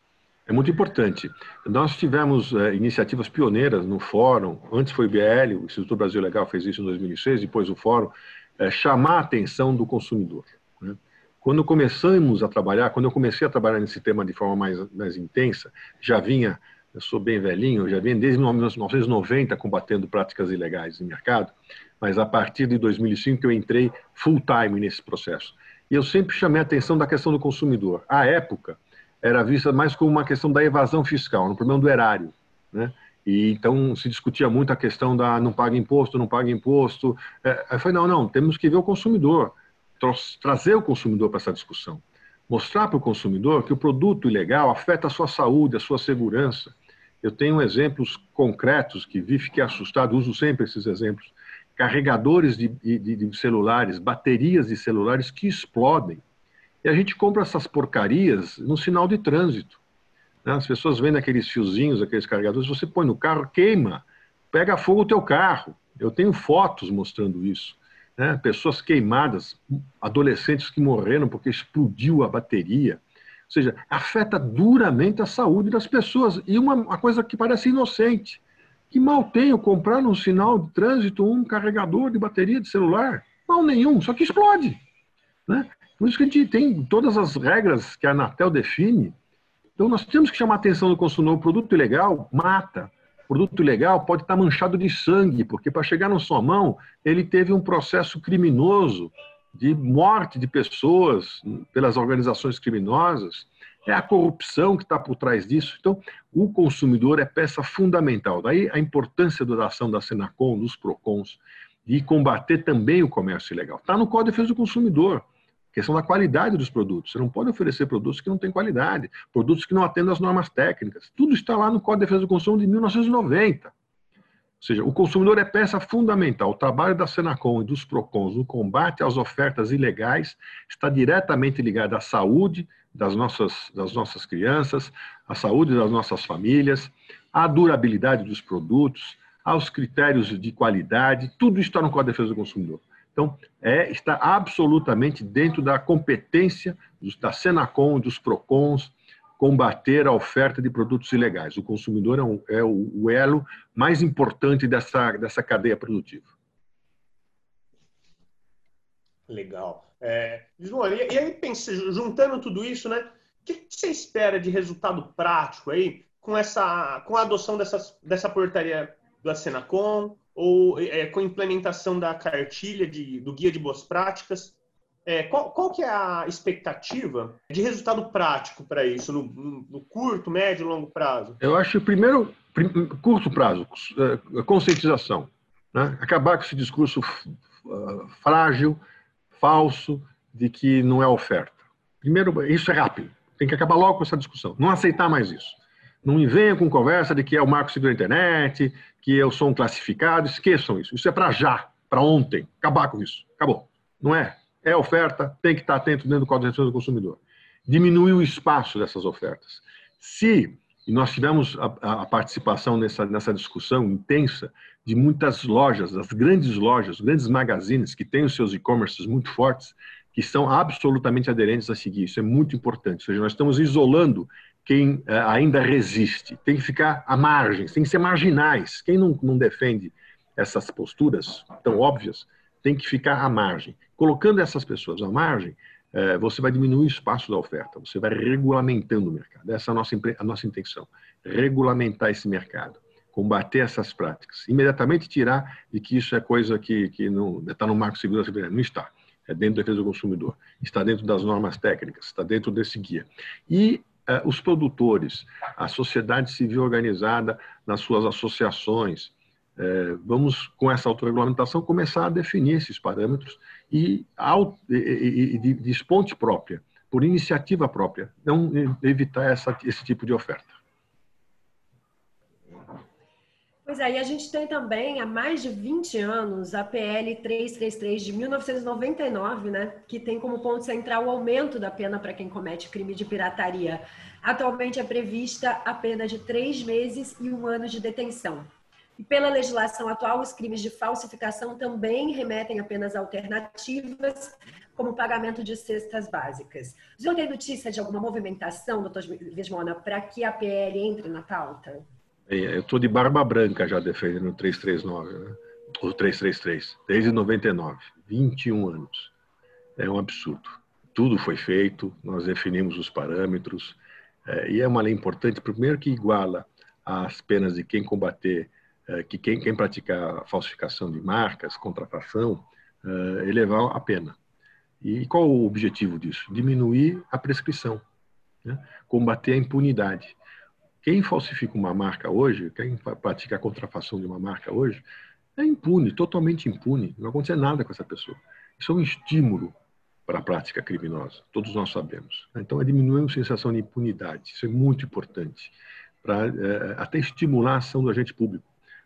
É muito importante. Nós tivemos é, iniciativas pioneiras no Fórum, antes foi o I B L, o Instituto Brasil Legal fez isso em dois mil e seis, depois o Fórum, é, chamar a atenção do consumidor. Né? Quando começamos a trabalhar, quando eu comecei a trabalhar nesse tema de forma mais, mais intensa, já vinha, eu sou bem velhinho, já vinha desde mil novecentos e noventa combatendo práticas ilegais no mercado, mas a partir de dois mil e cinco eu entrei full time nesse processo. E eu sempre chamei a atenção da questão do consumidor. À época, era vista mais como uma questão da evasão fiscal, no problema do erário, né? E então se discutia muito a questão da não paga imposto, não paga imposto. É, eu falei, não, não, temos que ver o consumidor. Trazer o consumidor para essa discussão, mostrar para o consumidor que o produto ilegal afeta a sua saúde, a sua segurança. Eu tenho exemplos concretos que vi, fiquei assustado, uso sempre esses exemplos, carregadores de, de, de celulares, baterias de celulares que explodem. E a gente compra essas porcarias no sinal de trânsito. Né? As pessoas vendem aqueles fiozinhos, aqueles carregadores, você põe no carro, queima, pega fogo o teu carro. Eu tenho fotos mostrando isso. Né? Pessoas queimadas, adolescentes que morreram porque explodiu a bateria. Ou seja, afeta duramente a saúde das pessoas. E uma, uma coisa que parece inocente. Que mal tenho comprar num sinal de trânsito um carregador de bateria de celular? Mal nenhum, só que explode. Né? Por isso que a gente tem todas as regras que a Anatel define. Então nós temos que chamar a atenção do consumidor. O produto ilegal mata. O produto ilegal pode estar manchado de sangue, porque para chegar na sua mão, ele teve um processo criminoso de morte de pessoas pelas organizações criminosas. É a corrupção que está por trás disso. Então, o consumidor é peça fundamental. Daí a importância da ação da Senacom, dos PROCONs, de combater também o comércio ilegal. Está no Código de Defesa do Consumidor. Questão da qualidade dos produtos. Você não pode oferecer produtos que não têm qualidade, produtos que não atendem às normas técnicas. Tudo está lá no Código de Defesa do Consumo de mil novecentos e noventa. Ou seja, o consumidor é peça fundamental. O trabalho da Senacom e dos PROCONs no combate às ofertas ilegais está diretamente ligado à saúde das nossas, das nossas crianças, à saúde das nossas famílias, à durabilidade dos produtos, aos critérios de qualidade, tudo isso está no Código de Defesa do Consumidor. Então, é, está absolutamente dentro da competência da Senacom, dos PROCONs, combater a oferta de produtos ilegais. O consumidor é, um, é o, o elo mais importante dessa, dessa cadeia produtiva. Legal. É, Lisboa, e, e aí, pense, juntando tudo isso, né, o que você espera de resultado prático aí com, essa, com a adoção dessas, dessa portaria da Senacom ou é, com a implementação da cartilha de, do Guia de Boas Práticas? É, qual, qual que é a expectativa de resultado prático para isso, no, no, no curto, médio e longo prazo? Eu acho, primeiro, curto prazo, conscientização. Né? Acabar com esse discurso frágil, falso, de que não é oferta. Primeiro, isso é rápido. Tem que acabar logo com essa discussão. Não aceitar mais isso. Não me venham com conversa de que é o marco seguro da internet, que eu sou um classificado. Esqueçam isso. Isso é para já, para ontem. Acabar com isso. Acabou. Não é. É oferta, tem que estar atento dentro do Código de Defesa do Consumidor. Diminuir o espaço dessas ofertas. Se, e nós tivemos a, a participação nessa, nessa discussão intensa de muitas lojas, as grandes lojas, grandes magazines que têm os seus e-commerces muito fortes, que são absolutamente aderentes a seguir. Isso é muito importante. Ou seja, nós estamos isolando quem eh, ainda resiste. Tem que ficar à margem, tem que ser marginais. Quem não, não defende essas posturas tão óbvias, tem que ficar à margem. Colocando essas pessoas à margem, eh, você vai diminuir o espaço da oferta, você vai regulamentando o mercado. Essa é a nossa, a nossa intenção. Regulamentar esse mercado, combater essas práticas. Imediatamente tirar de que isso é coisa que, que não está no marco de segurança. Não está. É dentro da defesa do consumidor. Está dentro das normas técnicas, está dentro desse guia. E eh, os produtores, a sociedade civil organizada nas suas associações, eh, vamos, com essa autorregulamentação, começar a definir esses parâmetros e, e, e, e de, de esponte própria, por iniciativa própria, não evitar essa, esse tipo de oferta. Pois é, e a gente tem também, há mais de vinte anos, a P L trezentos e trinta e três de mil novecentos e noventa e nove, né, que tem como ponto central o aumento da pena para quem comete crime de pirataria. Atualmente é prevista a pena de três meses e um ano de detenção. E pela legislação atual, os crimes de falsificação também remetem a penas alternativas, como o pagamento de cestas básicas. Você não tem notícia de alguma movimentação, doutor Vismona, para que a P L entre na pauta? Eu estou de barba branca já defendendo o trezentos e trinta e nove, né? O trezentos e trinta e três, desde noventa e nove, vinte e um anos. É um absurdo. Tudo foi feito, nós definimos os parâmetros, é, e é uma lei importante, primeiro que iguala as penas de quem combater, é, que quem, quem praticar falsificação de marcas, contrafação, é, elevar a pena. E qual o objetivo disso? Diminuir a prescrição, né? Combater a impunidade. Quem falsifica uma marca hoje, quem pratica a contrafação de uma marca hoje, é impune, totalmente impune. Não vai acontecer nada com essa pessoa. Isso é um estímulo para a prática criminosa, todos nós sabemos. Então, é diminuir a sensação de impunidade. Isso é muito importante, para é, até estimular a ação do agente público.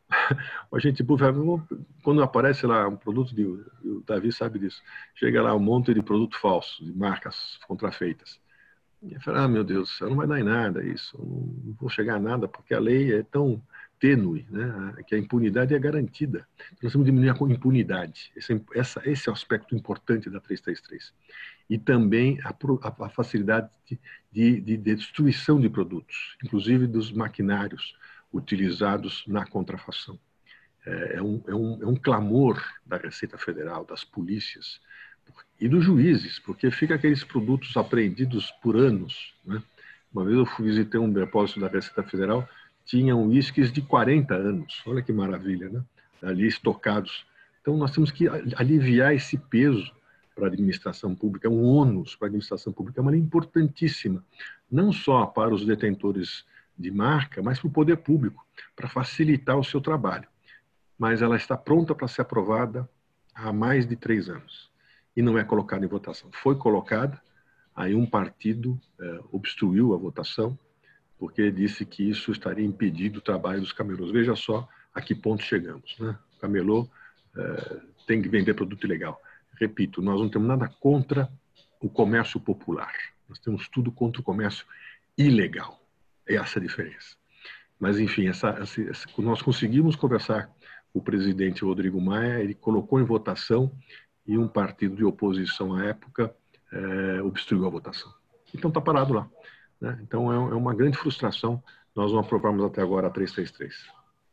O agente público, quando aparece lá um produto, de, o Davi sabe disso, chega lá um monte de produto falso, de marcas contrafeitas. E eu falei, ah, meu Deus, não vai dar em nada isso, não vou chegar a nada, porque a lei é tão tênue, né, que a impunidade é garantida. Então, nós temos que diminuir a impunidade. Esse, essa, esse é o aspecto importante da trezentos e trinta e três. E também a, a, a facilidade de, de, de destruição de produtos, inclusive dos maquinários utilizados na contrafação. É, é, um, é, um, é um clamor da Receita Federal, das polícias, e dos juízes, porque fica aqueles produtos apreendidos por anos, né? Uma vez eu fui visitar um depósito da Receita Federal, tinham uísques de quarenta anos, olha que maravilha, né? Ali estocados. Então nós temos que aliviar esse peso para a administração pública, é um ônus para a administração pública, é uma lei importantíssima, não só para os detentores de marca, mas para o poder público, para facilitar o seu trabalho. Mas ela está pronta para ser aprovada há mais de três anos. E não é colocada em votação. Foi colocada, aí um partido é, obstruiu a votação, porque disse que isso estaria impedindo o trabalho dos camelôs. Veja só a que ponto chegamos, né? O camelô é, tem que vender produto ilegal. Repito, nós não temos nada contra o comércio popular. Nós temos tudo contra o comércio ilegal. É essa a diferença. Mas, enfim, essa, essa, essa, nós conseguimos conversar com o presidente Rodrigo Maia, ele colocou em votação e um partido de oposição à época é, obstruiu a votação. Então está parado lá. Né? Então é, é uma grande frustração. Nós não aprovamos até agora a trezentos e trinta e três.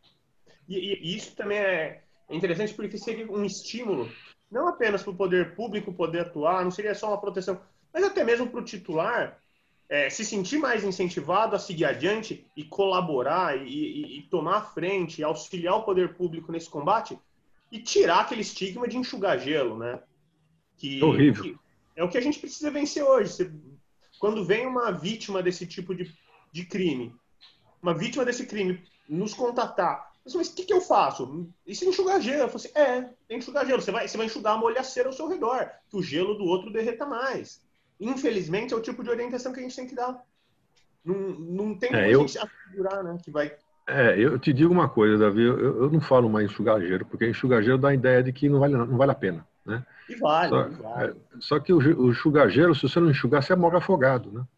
E, e isso também é interessante porque seria um estímulo, não apenas para o poder público poder atuar, não seria só uma proteção, mas até mesmo para o titular é, se sentir mais incentivado a seguir adiante e colaborar e, e, e tomar a frente, auxiliar o poder público nesse combate e tirar aquele estigma de enxugar gelo, né? Que, é horrível. Que é o que a gente precisa vencer hoje. Você, quando vem uma vítima desse tipo de, de crime, uma vítima desse crime nos contatar, mas o que, que eu faço? E se enxugar gelo? Eu falo assim, é, tem que enxugar gelo. Você vai, você vai enxugar a molhaceira ao seu redor, que o gelo do outro derreta mais. Infelizmente, é o tipo de orientação que a gente tem que dar. Não, não tem como é, a eu... gente assegurar, né, que vai... É, eu te digo uma coisa, Davi, eu, eu não falo mais enxugar gelo, porque enxugar gelo dá a ideia de que não vale, não vale a pena, né? E vale, só, e vale. É, só que o, o enxugar gelo, se você não enxugar, você morre afogado, né?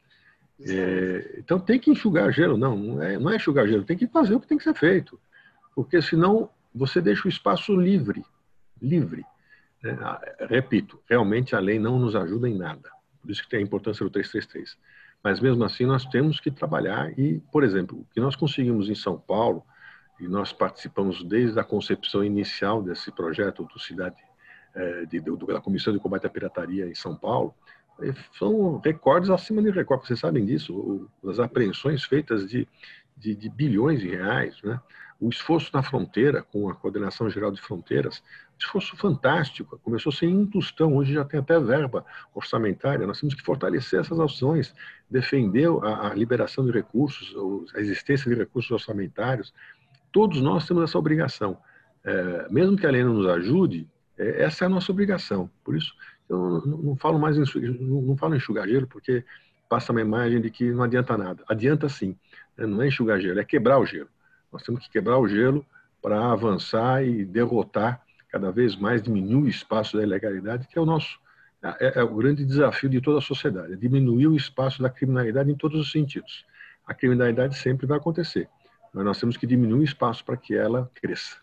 É, então tem que enxugar gelo, não, não é, não é enxugar gelo, tem que fazer o que tem que ser feito, porque senão você deixa o espaço livre, livre. Né? Repito, realmente a lei não nos ajuda em nada, por isso que tem a importância do trezentos e trinta e três. Mas mesmo assim nós temos que trabalhar e, por exemplo, o que nós conseguimos em São Paulo, e nós participamos desde a concepção inicial desse projeto do Cidade, de, de, da Comissão de Combate à Pirataria em São Paulo, são recordes acima de recordes, vocês sabem disso, as apreensões feitas de, de, de bilhões de reais, né? O esforço na fronteira, com a Coordenação Geral de Fronteiras, esforço fantástico, começou sem um tostão, hoje já tem até verba orçamentária, nós temos que fortalecer essas ações, defender a, a liberação de recursos, a existência de recursos orçamentários, todos nós temos essa obrigação, é, mesmo que a lei não nos ajude, é, essa é a nossa obrigação, por isso eu não, não falo mais em, não, não falo em enxugar gelo, porque passa uma imagem de que não adianta nada, adianta sim, né? Não é enxugar gelo, é quebrar o gelo, nós temos que quebrar o gelo para avançar e derrotar cada vez mais, diminuir o espaço da ilegalidade, que é o nosso, é, é o grande desafio de toda a sociedade, é diminuir o espaço da criminalidade em todos os sentidos. A criminalidade sempre vai acontecer, mas nós temos que diminuir o espaço para que ela cresça.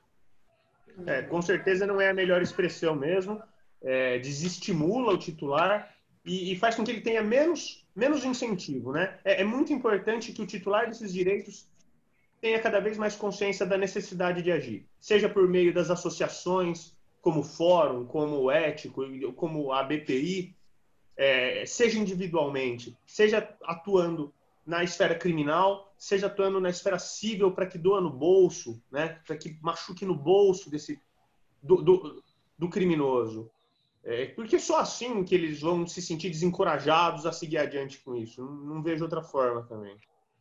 É, com certeza não é a melhor expressão mesmo, é, desestimula o titular e, e faz com que ele tenha menos, menos incentivo, né? É, é muito importante que o titular desses direitos tenha cada vez mais consciência da necessidade de agir, seja por meio das associações, como o Fórum, como o Ético, como a B P I, é, seja individualmente, seja atuando na esfera criminal, seja atuando na esfera civil para que doa no bolso, né? Para que machuque no bolso desse, do, do, do criminoso. É, porque só assim que eles vão se sentir desencorajados a seguir adiante com isso. Não, não vejo outra forma também.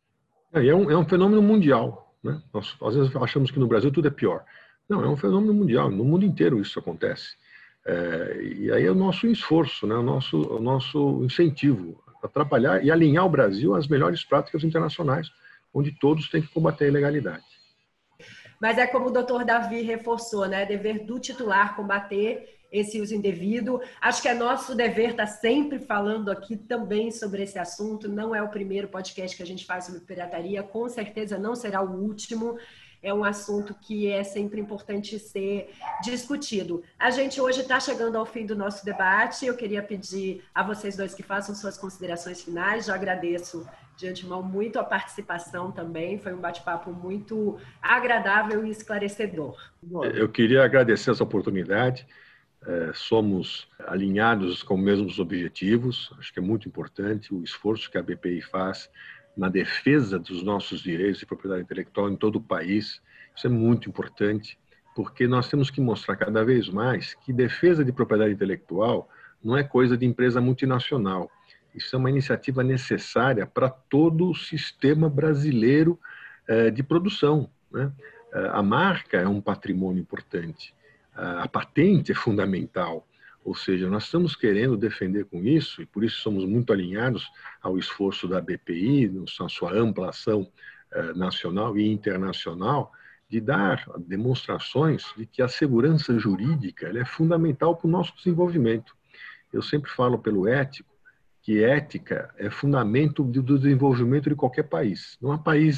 É um, é um fenômeno mundial, né? Nós às vezes achamos que no Brasil tudo é pior. Não, é um fenômeno mundial, no mundo inteiro isso acontece. É, e aí é o nosso esforço, né? o, nosso, o nosso incentivo a trabalhar e alinhar o Brasil às melhores práticas internacionais, onde todos têm que combater a ilegalidade. Mas é como o doutor Davi reforçou, né? Dever do titular combater esse uso indevido. Acho que é nosso dever estar sempre falando aqui também sobre esse assunto. Não é o primeiro podcast que a gente faz sobre pirataria, com certeza não será o último. É um assunto que é sempre importante ser discutido. A gente hoje está chegando ao fim do nosso debate. Eu queria pedir a vocês dois que façam suas considerações finais. Já agradeço de antemão muito a participação também. Foi um bate-papo muito agradável e esclarecedor. Eu queria agradecer essa oportunidade. É, somos alinhados com os mesmos objetivos. Acho que é muito importante o esforço que a B P I faz na defesa dos nossos direitos de propriedade intelectual em todo o país. Isso é muito importante, porque nós temos que mostrar cada vez mais que defesa de propriedade intelectual não é coisa de empresa multinacional. Isso é uma iniciativa necessária para todo o sistema brasileiro eh, de produção, né? A marca é um patrimônio importante, a patente é fundamental. Ou seja, nós estamos querendo defender com isso, e por isso somos muito alinhados ao esforço da B P I, na sua ampla ação eh, nacional e internacional, de dar demonstrações de que a segurança jurídica ela é fundamental para o nosso desenvolvimento. Eu sempre falo pelo ético, que ética é fundamento do desenvolvimento de qualquer país. Não há país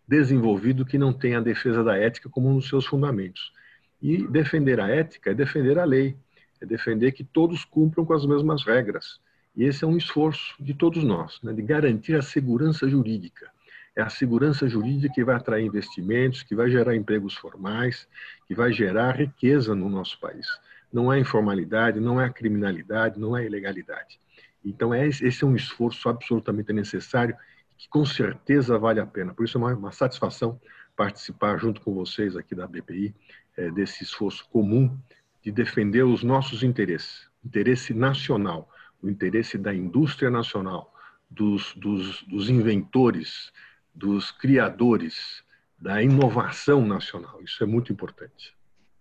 desenvolvido que não tem a defesa da ética como um dos seus fundamentos. E defender a ética é defender a lei, é defender que todos cumpram com as mesmas regras. E esse é um esforço de todos nós, né, de garantir a segurança jurídica. É a segurança jurídica que vai atrair investimentos, que vai gerar empregos formais, que vai gerar riqueza no nosso país. Não é informalidade, não é a criminalidade, não é a ilegalidade. Então, esse é um esforço absolutamente necessário, que com certeza vale a pena. Por isso é uma, uma satisfação participar junto com vocês aqui da B P I, é, desse esforço comum de defender os nossos interesses, interesse nacional, o interesse da indústria nacional, dos, dos, dos inventores, dos criadores, da inovação nacional. Isso é muito importante.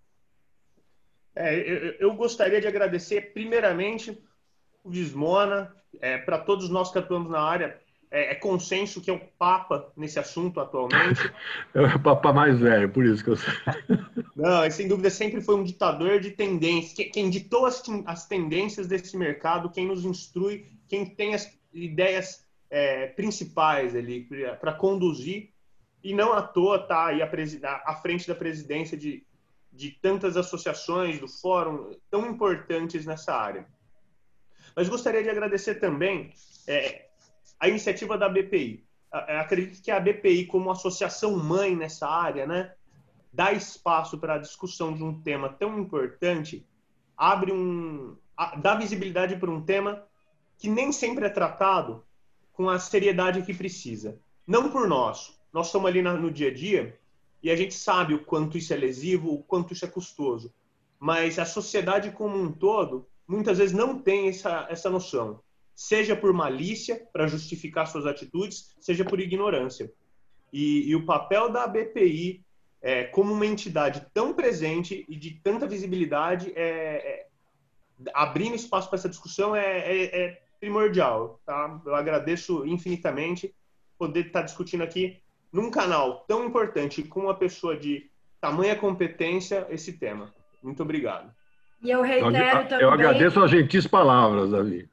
É, eu, eu gostaria de agradecer, primeiramente, o Vismona, é, para todos nós que atuamos na área. É, é consenso que é o Papa nesse assunto atualmente. É o Papa mais velho, por isso que eu sei. Não, sem dúvida, sempre foi um ditador de tendências. Quem, quem ditou as, as tendências desse mercado, quem nos instrui, quem tem as ideias é, principais ali para conduzir, e não à toa está aí à frente da presidência de, de tantas associações, do fórum, tão importantes nessa área. Mas gostaria de agradecer também é, a iniciativa da B P I. Eu acredito que a B P I, como associação mãe nessa área, né, dá espaço para a discussão de um tema tão importante, abre um, dá visibilidade para um tema que nem sempre é tratado com a seriedade que precisa. Não por nós. Nós estamos ali no dia a dia e a gente sabe o quanto isso é lesivo, o quanto isso é custoso. Mas a sociedade como um todo, muitas vezes não tem essa, essa noção. Seja por malícia, para justificar suas atitudes, seja por ignorância. E, e o papel da B P I, é, como uma entidade tão presente e de tanta visibilidade, é, é, abrindo espaço para essa discussão, é, é, é primordial. Tá? Eu agradeço infinitamente poder estar discutindo aqui, num canal tão importante, com uma pessoa de tamanha competência, esse tema. Muito obrigado. E eu reitero eu, também... Eu agradeço as gentis palavras, Davi.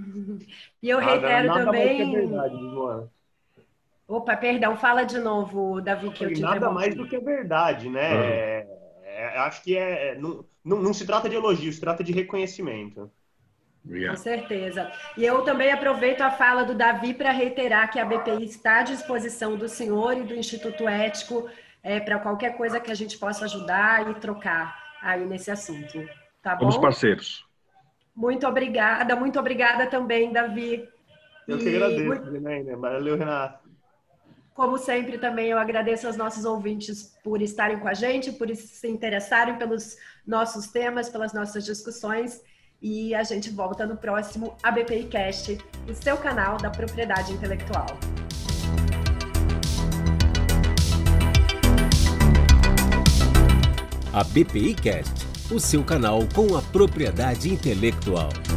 E eu reitero nada, nada também... Mais que é verdade, Luana. Opa, perdão, fala de novo, Davi, que eu te Nada mais do que é verdade, né? Uhum. É, é, acho que é, não, não, não se trata de elogio, se trata de reconhecimento. Obrigado. Com certeza. E eu também aproveito a fala do Davi para reiterar que a B P I está à disposição do senhor e do Instituto Ético é, para qualquer coisa que a gente possa ajudar e trocar aí nesse assunto. Tá bom? Somos parceiros. Muito obrigada, muito obrigada também, Davi. Eu e, que agradeço, muito... né? Valeu, Renato. Como sempre, também eu agradeço aos nossos ouvintes por estarem com a gente, por se interessarem pelos nossos temas, pelas nossas discussões. E a gente volta no próximo A B P I Cast, o seu canal da propriedade intelectual. A B P I Cast, o seu canal com a propriedade intelectual.